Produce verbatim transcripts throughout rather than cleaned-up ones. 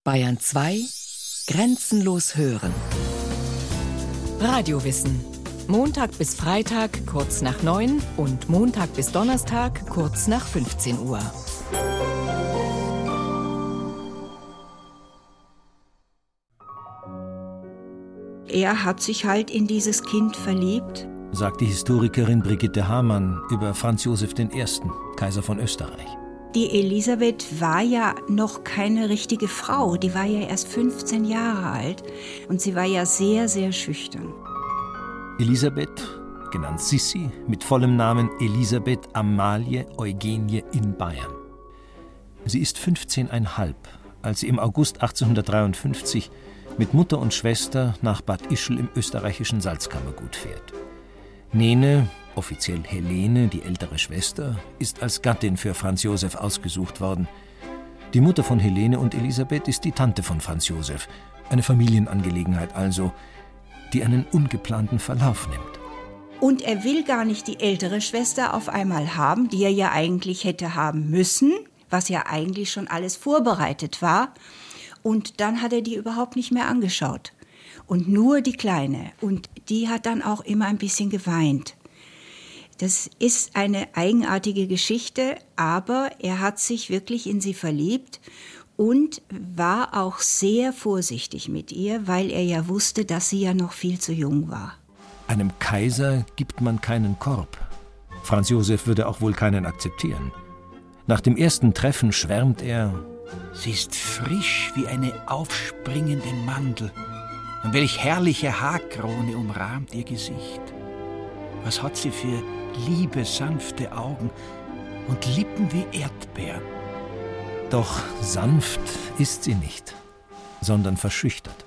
Bayern zwei Grenzenlos hören. Radiowissen. Montag bis Freitag kurz nach neun und Montag bis Donnerstag kurz nach fünfzehn Uhr. Er hat sich halt in dieses Kind verliebt, sagt die Historikerin Brigitte Hamann über Franz Josef der Erste., Kaiser von Österreich. Die Elisabeth war ja noch keine richtige Frau, die war ja erst fünfzehn Jahre alt und sie war ja sehr, sehr schüchtern. Elisabeth, genannt Sissi, mit vollem Namen Elisabeth Amalie Eugenie in Bayern. Sie ist fünfzehneinhalb, als sie im August achtzehnhundertdreiundfünfzig mit Mutter und Schwester nach Bad Ischl im österreichischen Salzkammergut fährt. Nene, offiziell Helene, die ältere Schwester, ist als Gattin für Franz Josef ausgesucht worden. Die Mutter von Helene und Elisabeth ist die Tante von Franz Josef, eine Familienangelegenheit also, die einen ungeplanten Verlauf nimmt. Und er will gar nicht die ältere Schwester auf einmal haben, die er ja eigentlich hätte haben müssen, was ja eigentlich schon alles vorbereitet war. Und dann hat er die überhaupt nicht mehr angeschaut. Und nur die Kleine. Und die hat dann auch immer ein bisschen geweint. Das ist eine eigenartige Geschichte, aber er hat sich wirklich in sie verliebt und war auch sehr vorsichtig mit ihr, weil er ja wusste, dass sie ja noch viel zu jung war. Einem Kaiser gibt man keinen Korb. Franz Josef würde auch wohl keinen akzeptieren. Nach dem ersten Treffen schwärmt er: Sie ist frisch wie eine aufspringende Mandel. Und welch herrliche Haarkrone umrahmt ihr Gesicht. Was hat sie für liebe, sanfte Augen und Lippen wie Erdbeeren. Doch sanft ist sie nicht, sondern verschüchtert.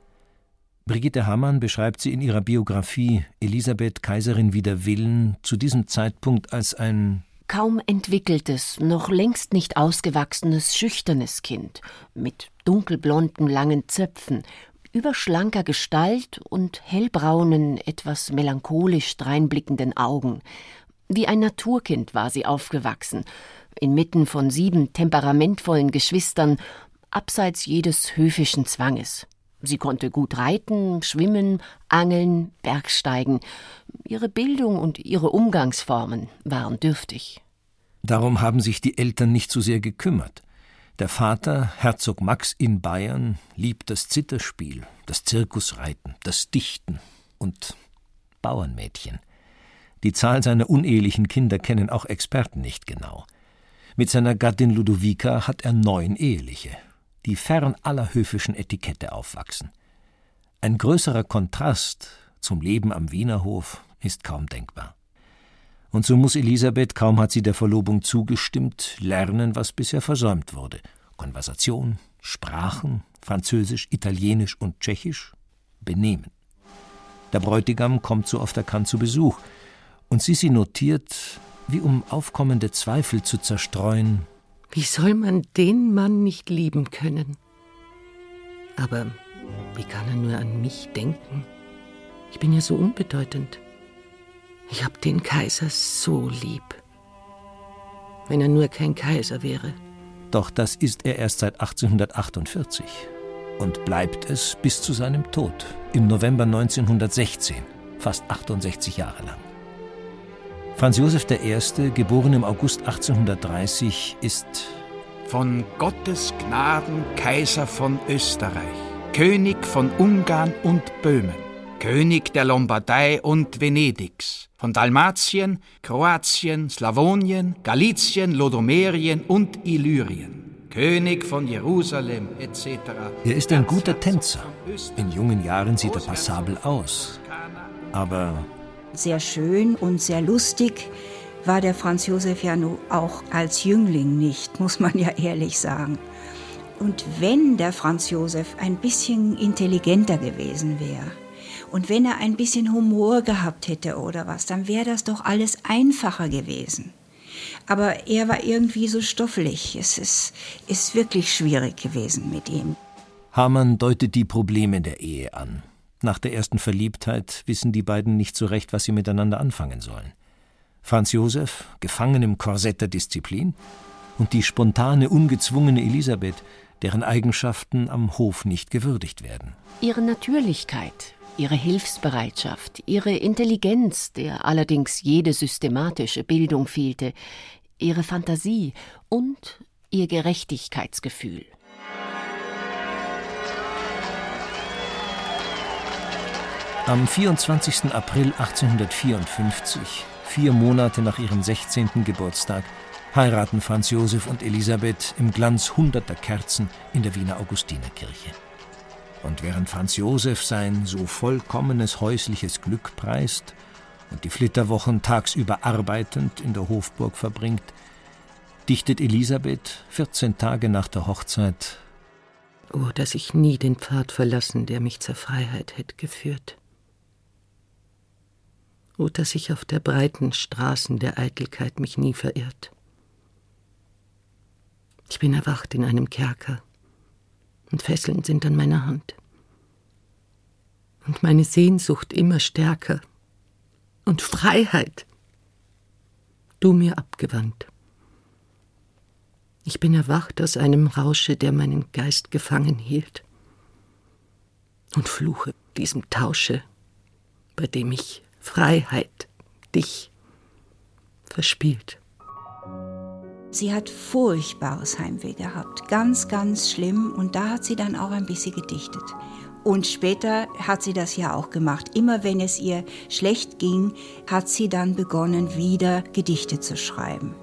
Brigitte Hamann beschreibt sie in ihrer Biografie Elisabeth, Kaiserin wider Willen, zu diesem Zeitpunkt als ein kaum entwickeltes, noch längst nicht ausgewachsenes, schüchternes Kind mit dunkelblonden, langen Zöpfen, überschlanker Gestalt und hellbraunen, etwas melancholisch dreinblickenden Augen. Wie ein Naturkind war sie aufgewachsen, inmitten von sieben temperamentvollen Geschwistern, abseits jedes höfischen Zwanges. Sie konnte gut reiten, schwimmen, angeln, Bergsteigen. Ihre Bildung und ihre Umgangsformen waren dürftig. Darum haben sich die Eltern nicht so sehr gekümmert. Der Vater, Herzog Max in Bayern, liebt das Zitterspiel, das Zirkusreiten, das Dichten und Bauernmädchen. Die Zahl seiner unehelichen Kinder kennen auch Experten nicht genau. Mit seiner Gattin Ludovica hat er neun Eheliche, die fern aller höfischen Etikette aufwachsen. Ein größerer Kontrast zum Leben am Wiener Hof ist kaum denkbar. Und so muss Elisabeth, kaum hat sie der Verlobung zugestimmt, lernen, was bisher versäumt wurde. Konversation, Sprachen, Französisch, Italienisch und Tschechisch, Benehmen. Der Bräutigam kommt so oft er kann zu Besuch, und Sissi notiert, wie um aufkommende Zweifel zu zerstreuen: Wie soll man den Mann nicht lieben können? Aber wie kann er nur an mich denken? Ich bin ja so unbedeutend. Ich hab den Kaiser so lieb. Wenn er nur kein Kaiser wäre. Doch das ist er erst seit achtzehnhundertachtundvierzig und bleibt es bis zu seinem Tod im November neunzehnhundertsechzehn, fast achtundsechzig Jahre lang. Franz Josef der Erste., geboren im August achtzehnhundertdreißig, ist von Gottes Gnaden Kaiser von Österreich, König von Ungarn und Böhmen, König der Lombardei und Venedigs, von Dalmatien, Kroatien, Slawonien, Galizien, Lodomerien und Illyrien, König von Jerusalem et cetera. Er ist ein guter Tänzer. In jungen Jahren sieht er passabel aus. Aber sehr schön und sehr lustig war der Franz Josef ja nun auch als Jüngling nicht, muss man ja ehrlich sagen. Und wenn der Franz Josef ein bisschen intelligenter gewesen wäre und wenn er ein bisschen Humor gehabt hätte oder was, dann wäre das doch alles einfacher gewesen. Aber er war irgendwie so stoffelig. Es ist, ist wirklich schwierig gewesen mit ihm. Hamann deutet die Probleme der Ehe an. Nach der ersten Verliebtheit wissen die beiden nicht so recht, was sie miteinander anfangen sollen. Franz Josef, gefangen im Korsett der Disziplin, und die spontane, ungezwungene Elisabeth, deren Eigenschaften am Hof nicht gewürdigt werden. Ihre Natürlichkeit, ihre Hilfsbereitschaft, ihre Intelligenz, der allerdings jede systematische Bildung fehlte, ihre Fantasie und ihr Gerechtigkeitsgefühl. Am vierundzwanzigsten April achtzehnhundertvierundfünfzig, vier Monate nach ihrem sechzehnten Geburtstag, heiraten Franz Josef und Elisabeth im Glanz hunderter Kerzen in der Wiener Augustinerkirche. Und während Franz Josef sein so vollkommenes häusliches Glück preist und die Flitterwochen tagsüber arbeitend in der Hofburg verbringt, dichtet Elisabeth vierzehn Tage nach der Hochzeit: Oh, dass ich nie den Pfad verlassen, der mich zur Freiheit hätte geführt. Oh, dass ich auf der breiten Straßen der Eitelkeit mich nie verirrt. Ich bin erwacht in einem Kerker und Fesseln sind an meiner Hand. Und meine Sehnsucht immer stärker und Freiheit, du mir abgewandt. Ich bin erwacht aus einem Rausche, der meinen Geist gefangen hielt, und fluche diesem Tausche, bei dem ich Freiheit, dich, verspielt. Sie hat furchtbares Heimweh gehabt, ganz, ganz schlimm. Und da hat sie dann auch ein bisschen gedichtet. Und später hat sie das ja auch gemacht. Immer wenn es ihr schlecht ging, hat sie dann begonnen, wieder Gedichte zu schreiben.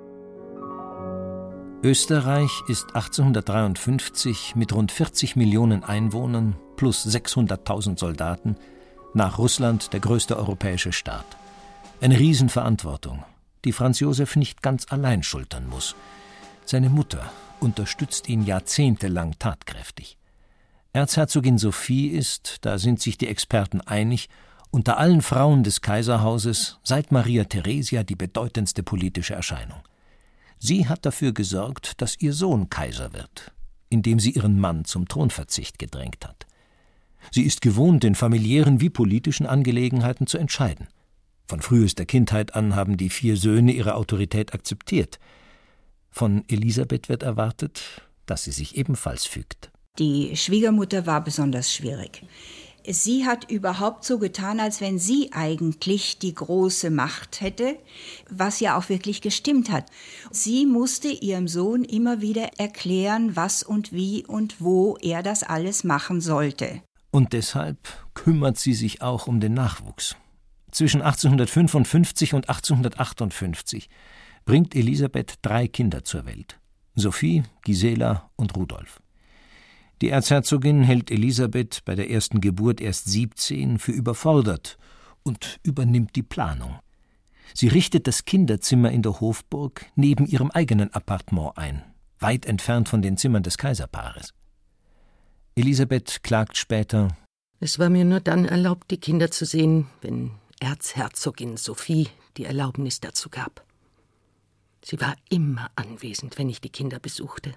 Österreich ist achtzehnhundertdreiundfünfzig mit rund vierzig Millionen Einwohnern plus sechshunderttausend Soldaten nach Russland der größte europäische Staat. Eine Riesenverantwortung, die Franz Josef nicht ganz allein schultern muss. Seine Mutter unterstützt ihn jahrzehntelang tatkräftig. Erzherzogin Sophie ist, da sind sich die Experten einig, unter allen Frauen des Kaiserhauses seit Maria Theresia die bedeutendste politische Erscheinung. Sie hat dafür gesorgt, dass ihr Sohn Kaiser wird, indem sie ihren Mann zum Thronverzicht gedrängt hat. Sie ist gewohnt, in familiären wie politischen Angelegenheiten zu entscheiden. Von frühester Kindheit an haben die vier Söhne ihre Autorität akzeptiert. Von Elisabeth wird erwartet, dass sie sich ebenfalls fügt. Die Schwiegermutter war besonders schwierig. Sie hat überhaupt so getan, als wenn sie eigentlich die große Macht hätte, was ja auch wirklich gestimmt hat. Sie musste ihrem Sohn immer wieder erklären, was und wie und wo er das alles machen sollte. Und deshalb kümmert sie sich auch um den Nachwuchs. Zwischen achtzehnhundertfünfundfünfzig und achtzehnhundertachtundfünfzig bringt Elisabeth drei Kinder zur Welt: Sophie, Gisela und Rudolf. Die Erzherzogin hält Elisabeth bei der ersten Geburt erst siebzehn für überfordert und übernimmt die Planung. Sie richtet das Kinderzimmer in der Hofburg neben ihrem eigenen Appartement ein, weit entfernt von den Zimmern des Kaiserpaares. Elisabeth klagt später: Es war mir nur dann erlaubt, die Kinder zu sehen, wenn Erzherzogin Sophie die Erlaubnis dazu gab. Sie war immer anwesend, wenn ich die Kinder besuchte.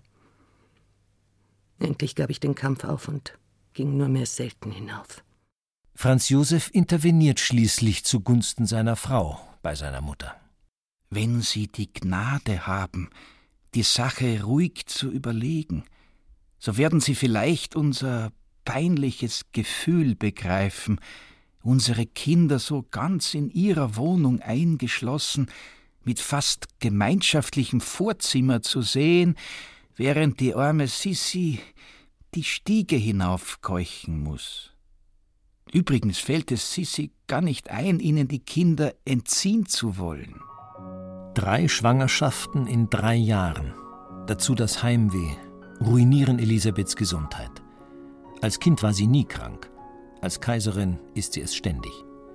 Endlich gab ich den Kampf auf und ging nur mehr selten hinauf. Franz Josef interveniert schließlich zugunsten seiner Frau bei seiner Mutter. Wenn Sie die Gnade haben, die Sache ruhig zu überlegen, so werden Sie vielleicht unser peinliches Gefühl begreifen, unsere Kinder so ganz in ihrer Wohnung eingeschlossen, mit fast gemeinschaftlichem Vorzimmer zu sehen, während die arme Sissi die Stiege hinaufkeuchen muss. Übrigens fällt es Sissi gar nicht ein, ihnen die Kinder entziehen zu wollen. Drei Schwangerschaften in drei Jahren, dazu das Heimweh, ruinieren Elisabeths Gesundheit. Als Kind war sie nie krank, als Kaiserin ist sie es ständig.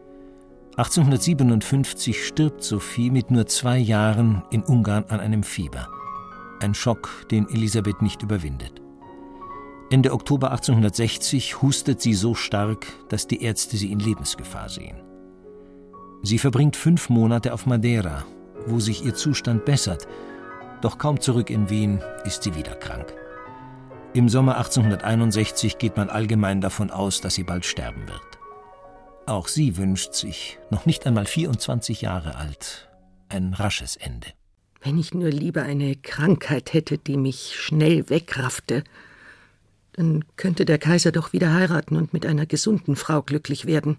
achtzehnhundertsiebenundfünfzig stirbt Sophie mit nur zwei Jahren in Ungarn an einem Fieber. Ein Schock, den Elisabeth nicht überwindet. Ende Oktober achtzehnhundertsechzig hustet sie so stark, dass die Ärzte sie in Lebensgefahr sehen. Sie verbringt fünf Monate auf Madeira, wo sich ihr Zustand bessert, doch kaum zurück in Wien ist sie wieder krank. Im Sommer achtzehnhunderteinundsechzig geht man allgemein davon aus, dass sie bald sterben wird. Auch sie wünscht sich, noch nicht einmal vierundzwanzig Jahre alt, ein rasches Ende. Wenn ich nur lieber eine Krankheit hätte, die mich schnell wegraffte, dann könnte der Kaiser doch wieder heiraten und mit einer gesunden Frau glücklich werden.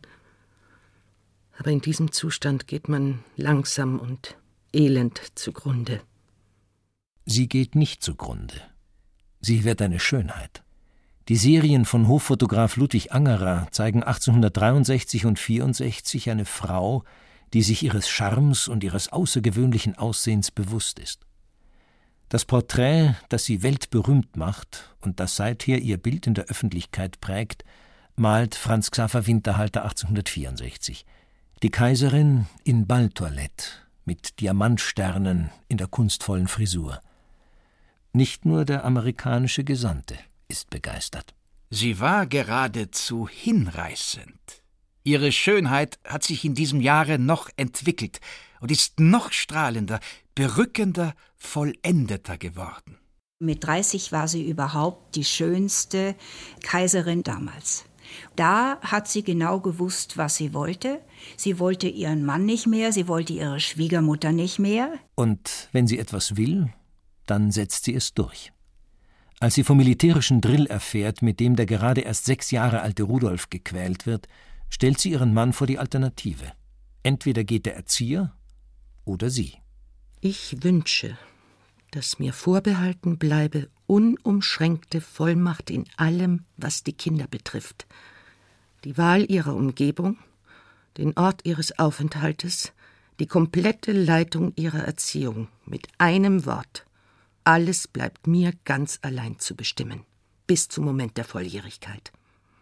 Aber in diesem Zustand geht man langsam und elend zugrunde. Sie geht nicht zugrunde. Sie wird eine Schönheit. Die Serien von Hoffotograf Ludwig Angerer zeigen achtzehnhundertdreiundsechzig und vierundsechzig eine Frau, die sich ihres Charmes und ihres außergewöhnlichen Aussehens bewusst ist. Das Porträt, das sie weltberühmt macht und das seither ihr Bild in der Öffentlichkeit prägt, malt Franz Xaver Winterhalter achtzehnhundertvierundsechzig. Die Kaiserin in Balltoilette mit Diamantsternen in der kunstvollen Frisur. Nicht nur der amerikanische Gesandte ist begeistert. Sie war geradezu hinreißend. Ihre Schönheit hat sich in diesem Jahre noch entwickelt und ist noch strahlender, berückender, vollendeter geworden. Mit dreißig war sie überhaupt die schönste Kaiserin damals. Da hat sie genau gewusst, was sie wollte. Sie wollte ihren Mann nicht mehr, sie wollte ihre Schwiegermutter nicht mehr. Und wenn sie etwas will, dann setzt sie es durch. Als sie vom militärischen Drill erfährt, mit dem der gerade erst sechs Jahre alte Rudolf gequält wird, stellt sie ihren Mann vor die Alternative. Entweder geht der Erzieher oder sie. Ich wünsche, dass mir vorbehalten bleibe unumschränkte Vollmacht in allem, was die Kinder betrifft. Die Wahl ihrer Umgebung, den Ort ihres Aufenthaltes, die komplette Leitung ihrer Erziehung, mit einem Wort. Alles bleibt mir ganz allein zu bestimmen, bis zum Moment der Volljährigkeit.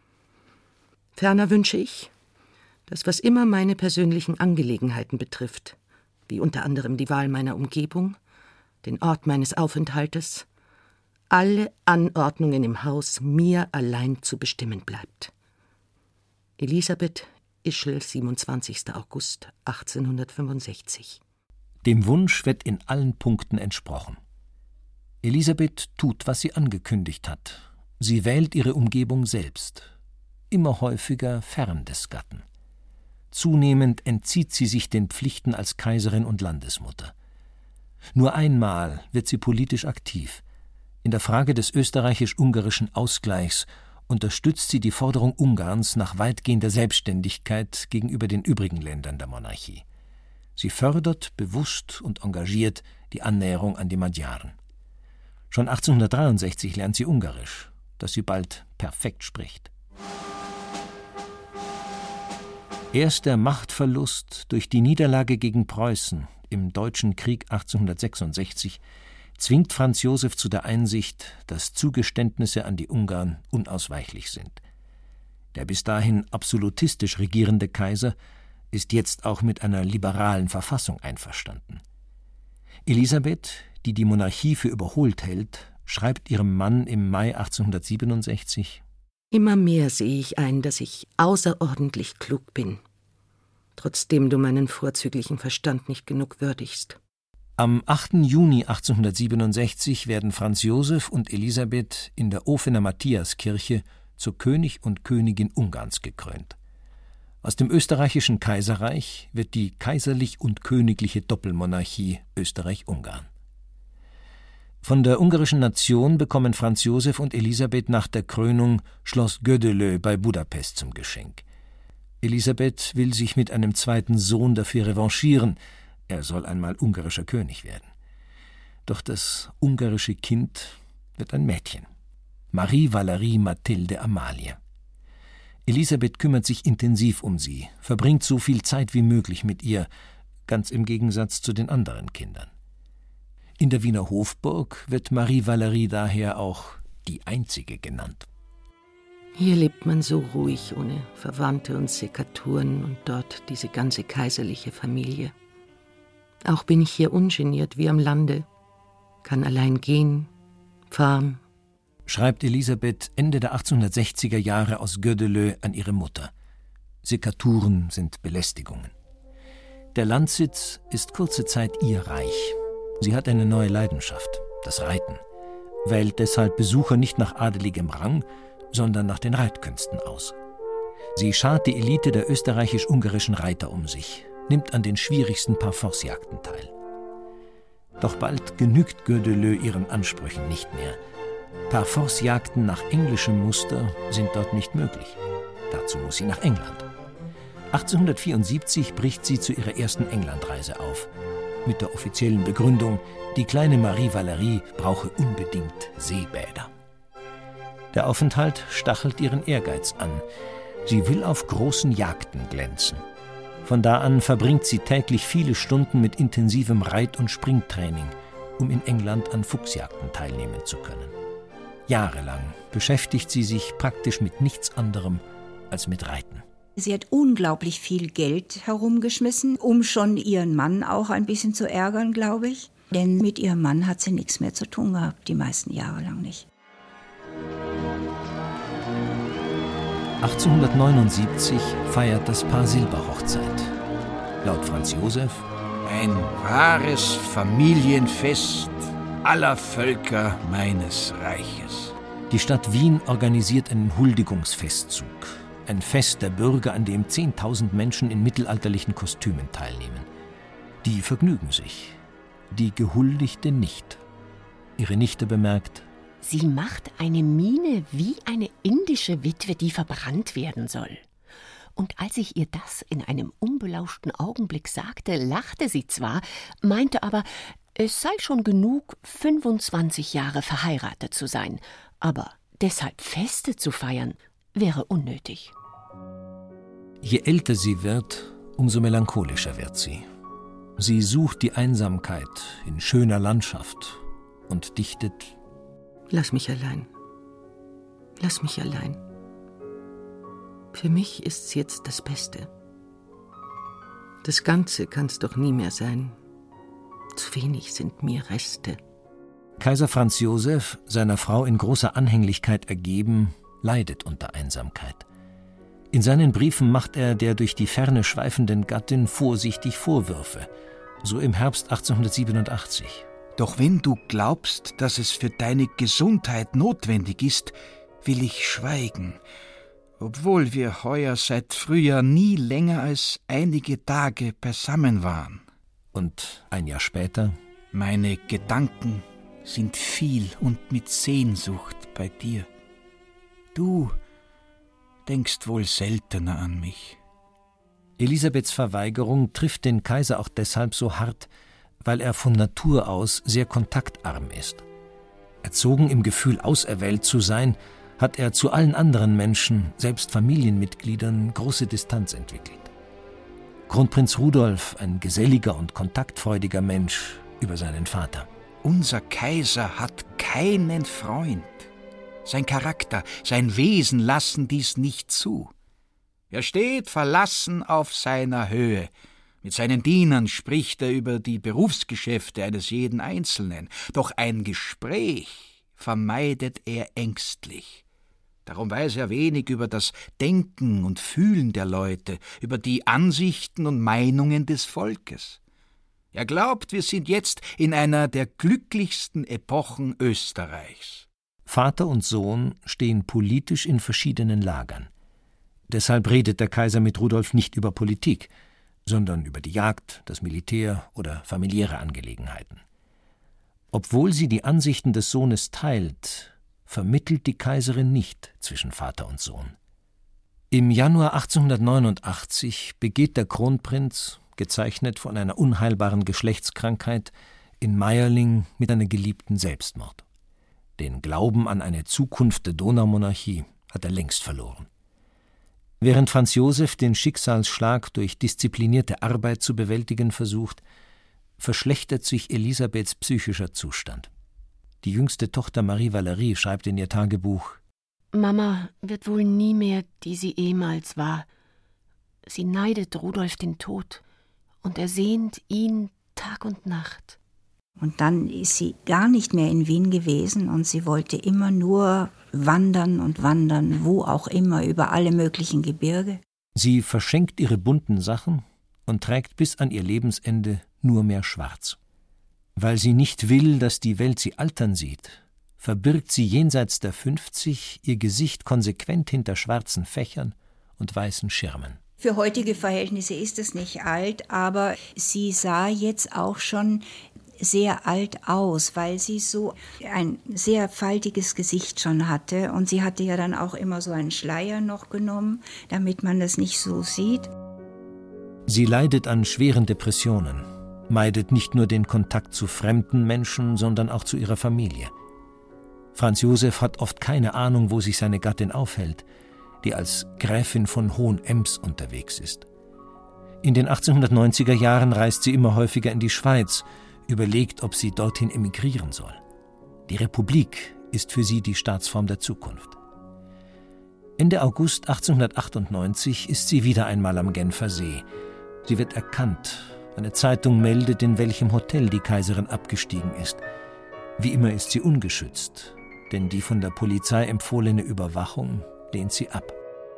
Ferner wünsche ich, dass was immer meine persönlichen Angelegenheiten betrifft, wie unter anderem die Wahl meiner Umgebung, den Ort meines Aufenthaltes, alle Anordnungen im Haus mir allein zu bestimmen bleibt. Elisabeth Ischl, siebenundzwanzigster August achtzehnhundertfünfundsechzig. Dem Wunsch wird in allen Punkten entsprochen. Elisabeth tut, was sie angekündigt hat. Sie wählt ihre Umgebung selbst, immer häufiger fern des Gatten. Zunehmend entzieht sie sich den Pflichten als Kaiserin und Landesmutter. Nur einmal wird sie politisch aktiv. In der Frage des österreichisch-ungarischen Ausgleichs unterstützt sie die Forderung Ungarns nach weitgehender Selbstständigkeit gegenüber den übrigen Ländern der Monarchie. Sie fördert bewusst und engagiert die Annäherung an die Magyaren. Schon achtzehnhundertdreiundsechzig lernt sie Ungarisch, das sie bald perfekt spricht. Erst der Machtverlust durch die Niederlage gegen Preußen im Deutschen Krieg achtzehnhundertsechsundsechzig zwingt Franz Josef zu der Einsicht, dass Zugeständnisse an die Ungarn unausweichlich sind. Der bis dahin absolutistisch regierende Kaiser ist jetzt auch mit einer liberalen Verfassung einverstanden. Elisabeth, die die Monarchie für überholt hält, schreibt ihrem Mann im Mai achtzehnhundertsiebenundsechzig: Immer mehr sehe ich ein, dass ich außerordentlich klug bin, trotzdem du meinen vorzüglichen Verstand nicht genug würdigst. Am achten Juni achtzehnhundertsiebenundsechzig werden Franz Josef und Elisabeth in der Ofener Matthiaskirche zur König und Königin Ungarns gekrönt. Aus dem österreichischen Kaiserreich wird die kaiserlich und königliche Doppelmonarchie Österreich-Ungarn. Von der ungarischen Nation bekommen Franz Josef und Elisabeth nach der Krönung Schloss Gödelö bei Budapest zum Geschenk. Elisabeth will sich mit einem zweiten Sohn dafür revanchieren, er soll einmal ungarischer König werden. Doch das ungarische Kind wird ein Mädchen. Marie Valerie Mathilde Amalie. Elisabeth kümmert sich intensiv um sie, verbringt so viel Zeit wie möglich mit ihr, ganz im Gegensatz zu den anderen Kindern. In der Wiener Hofburg wird Marie Valerie daher auch die Einzige genannt. Hier lebt man so ruhig, ohne Verwandte und Sekaturen und dort diese ganze kaiserliche Familie. Auch bin ich hier ungeniert wie am Lande, kann allein gehen, fahren. Schreibt Elisabeth Ende der achtzehnhundertsechziger Jahre aus Gödelö an ihre Mutter. Sekaturen sind Belästigungen. Der Landsitz ist kurze Zeit ihr Reich. Sie hat eine neue Leidenschaft, das Reiten, wählt deshalb Besucher nicht nach adeligem Rang, sondern nach den Reitkünsten aus. Sie schart die Elite der österreichisch-ungarischen Reiter um sich, nimmt an den schwierigsten Parforcejagden teil. Doch bald genügt Göndelö ihren Ansprüchen nicht mehr. Parforce-Jagden nach englischem Muster sind dort nicht möglich. Dazu muss sie nach England. achtzehnhundertvierundsiebzig bricht sie zu ihrer ersten Englandreise auf. Mit der offiziellen Begründung, die kleine Marie Valerie brauche unbedingt Seebäder. Der Aufenthalt stachelt ihren Ehrgeiz an. Sie will auf großen Jagden glänzen. Von da an verbringt sie täglich viele Stunden mit intensivem Reit- und Springtraining, um in England an Fuchsjagden teilnehmen zu können. Jahrelang beschäftigt sie sich praktisch mit nichts anderem als mit Reiten. Sie hat unglaublich viel Geld herumgeschmissen, um schon ihren Mann auch ein bisschen zu ärgern, glaube ich. Denn mit ihrem Mann hat sie nichts mehr zu tun gehabt, die meisten Jahre lang nicht. achtzehnhundertneunundsiebzig feiert das Paar Silberhochzeit. Laut Franz Josef ein wahres Familienfest aller Völker meines Reiches. Die Stadt Wien organisiert einen Huldigungsfestzug. Ein Fest der Bürger, an dem zehntausend Menschen in mittelalterlichen Kostümen teilnehmen. Die vergnügen sich, die Gehuldigte nicht. Ihre Nichte bemerkt: Sie macht eine Miene wie eine indische Witwe, die verbrannt werden soll. Und als ich ihr das in einem unbelauschten Augenblick sagte, lachte sie zwar, meinte aber, es sei schon genug, fünfundzwanzig Jahre verheiratet zu sein, aber deshalb Feste zu feiern, wäre unnötig. Je älter sie wird, umso melancholischer wird sie. Sie sucht die Einsamkeit in schöner Landschaft und dichtet: Lass mich allein. Lass mich allein. Für mich ist's jetzt das Beste. Das Ganze kann's doch nie mehr sein. Zu wenig sind mir Reste. Kaiser Franz Josef, seiner Frau in großer Anhänglichkeit ergeben, leidet unter Einsamkeit. In seinen Briefen macht er der durch die Ferne schweifenden Gattin vorsichtig Vorwürfe, so im Herbst achtzehnhundertsiebenundachtzig. Doch wenn du glaubst, dass es für deine Gesundheit notwendig ist, will ich schweigen, obwohl wir heuer seit Frühjahr nie länger als einige Tage beisammen waren. Und ein Jahr später: Meine Gedanken sind viel und mit Sehnsucht bei dir. Du denkst wohl seltener an mich. Elisabeths Verweigerung trifft den Kaiser auch deshalb so hart, weil er von Natur aus sehr kontaktarm ist. Erzogen im Gefühl, auserwählt zu sein, hat er zu allen anderen Menschen, selbst Familienmitgliedern, große Distanz entwickelt. Kronprinz Rudolf, ein geselliger und kontaktfreudiger Mensch, über seinen Vater. Unser Kaiser hat keinen Freund. Sein Charakter, sein Wesen lassen dies nicht zu. Er steht verlassen auf seiner Höhe. Mit seinen Dienern spricht er über die Berufsgeschäfte eines jeden Einzelnen. Doch ein Gespräch vermeidet er ängstlich. Darum weiß er wenig über das Denken und Fühlen der Leute, über die Ansichten und Meinungen des Volkes. Er glaubt, wir sind jetzt in einer der glücklichsten Epochen Österreichs. Vater und Sohn stehen politisch in verschiedenen Lagern. Deshalb redet der Kaiser mit Rudolf nicht über Politik, sondern über die Jagd, das Militär oder familiäre Angelegenheiten. Obwohl sie die Ansichten des Sohnes teilt, vermittelt die Kaiserin nicht zwischen Vater und Sohn. Im Januar achtzehnhundertneunundachtzig begeht der Kronprinz, gezeichnet von einer unheilbaren Geschlechtskrankheit, in Meierling mit einer Geliebten Selbstmord. Den Glauben an eine Zukunft der Donaumonarchie hat er längst verloren. Während Franz Josef den Schicksalsschlag durch disziplinierte Arbeit zu bewältigen versucht, verschlechtert sich Elisabeths psychischer Zustand. Die jüngste Tochter Marie Valerie schreibt in ihr Tagebuch: Mama wird wohl nie mehr, die sie ehemals war. Sie neidet Rudolf den Tod und ersehnt ihn Tag und Nacht. Und dann ist sie gar nicht mehr in Wien gewesen und sie wollte immer nur wandern und wandern, wo auch immer, über alle möglichen Gebirge. Sie verschenkt ihre bunten Sachen und trägt bis an ihr Lebensende nur mehr Schwarz. Weil sie nicht will, dass die Welt sie altern sieht, verbirgt sie jenseits der fünfzig ihr Gesicht konsequent hinter schwarzen Fächern und weißen Schirmen. Für heutige Verhältnisse ist es nicht alt, aber sie sah jetzt auch schon sehr alt aus, weil sie so ein sehr faltiges Gesicht schon hatte. Und sie hatte ja dann auch immer so einen Schleier noch genommen, damit man das nicht so sieht. Sie leidet an schweren Depressionen, meidet nicht nur den Kontakt zu fremden Menschen, sondern auch zu ihrer Familie. Franz Josef hat oft keine Ahnung, wo sich seine Gattin aufhält, die als Gräfin von Hohenems unterwegs ist. In den achtzehnhundertneunziger Jahren reist sie immer häufiger in die Schweiz, überlegt, ob sie dorthin emigrieren soll. Die Republik ist für sie die Staatsform der Zukunft. Ende August achtzehnhundertachtundneunzig ist sie wieder einmal am Genfer See. Sie wird erkannt. Eine Zeitung meldet, in welchem Hotel die Kaiserin abgestiegen ist. Wie immer ist sie ungeschützt, denn die von der Polizei empfohlene Überwachung lehnt sie ab.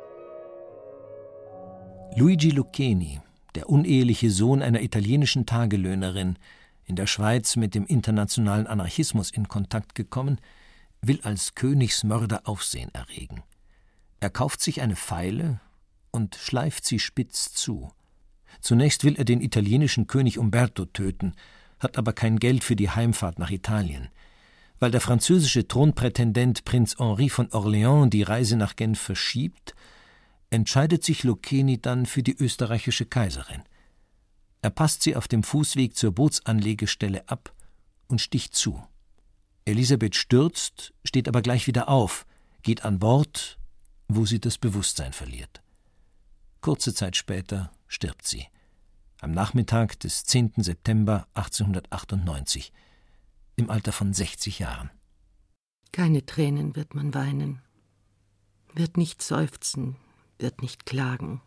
Luigi Lucchini, der uneheliche Sohn einer italienischen Tagelöhnerin, in der Schweiz mit dem internationalen Anarchismus in Kontakt gekommen, will als Königsmörder Aufsehen erregen. Er kauft sich eine Feile und schleift sie spitz zu. Zunächst will er den italienischen König Umberto töten, hat aber kein Geld für die Heimfahrt nach Italien. Weil der französische Thronprätendent Prinz Henri von Orléans die Reise nach Genf verschiebt, entscheidet sich Lucchini dann für die österreichische Kaiserin. Er passt sie auf dem Fußweg zur Bootsanlegestelle ab und sticht zu. Elisabeth stürzt, steht aber gleich wieder auf, geht an Bord, wo sie das Bewusstsein verliert. Kurze Zeit später stirbt sie. Am Nachmittag des zehnten September achtzehnhundertachtundneunzig, im Alter von sechzig Jahren. Keine Tränen wird man weinen, wird nicht seufzen, wird nicht klagen.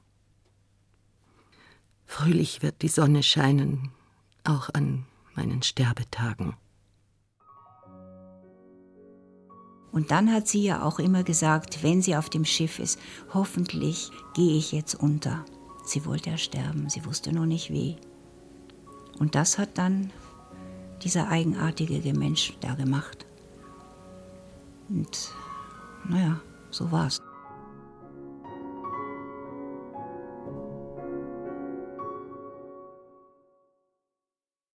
Fröhlich wird die Sonne scheinen, auch an meinen Sterbetagen. Und dann hat sie ja auch immer gesagt, wenn sie auf dem Schiff ist, hoffentlich gehe ich jetzt unter. Sie wollte ja sterben, sie wusste noch nicht wie. Und das hat dann dieser eigenartige Mensch da gemacht. Und naja, so war's.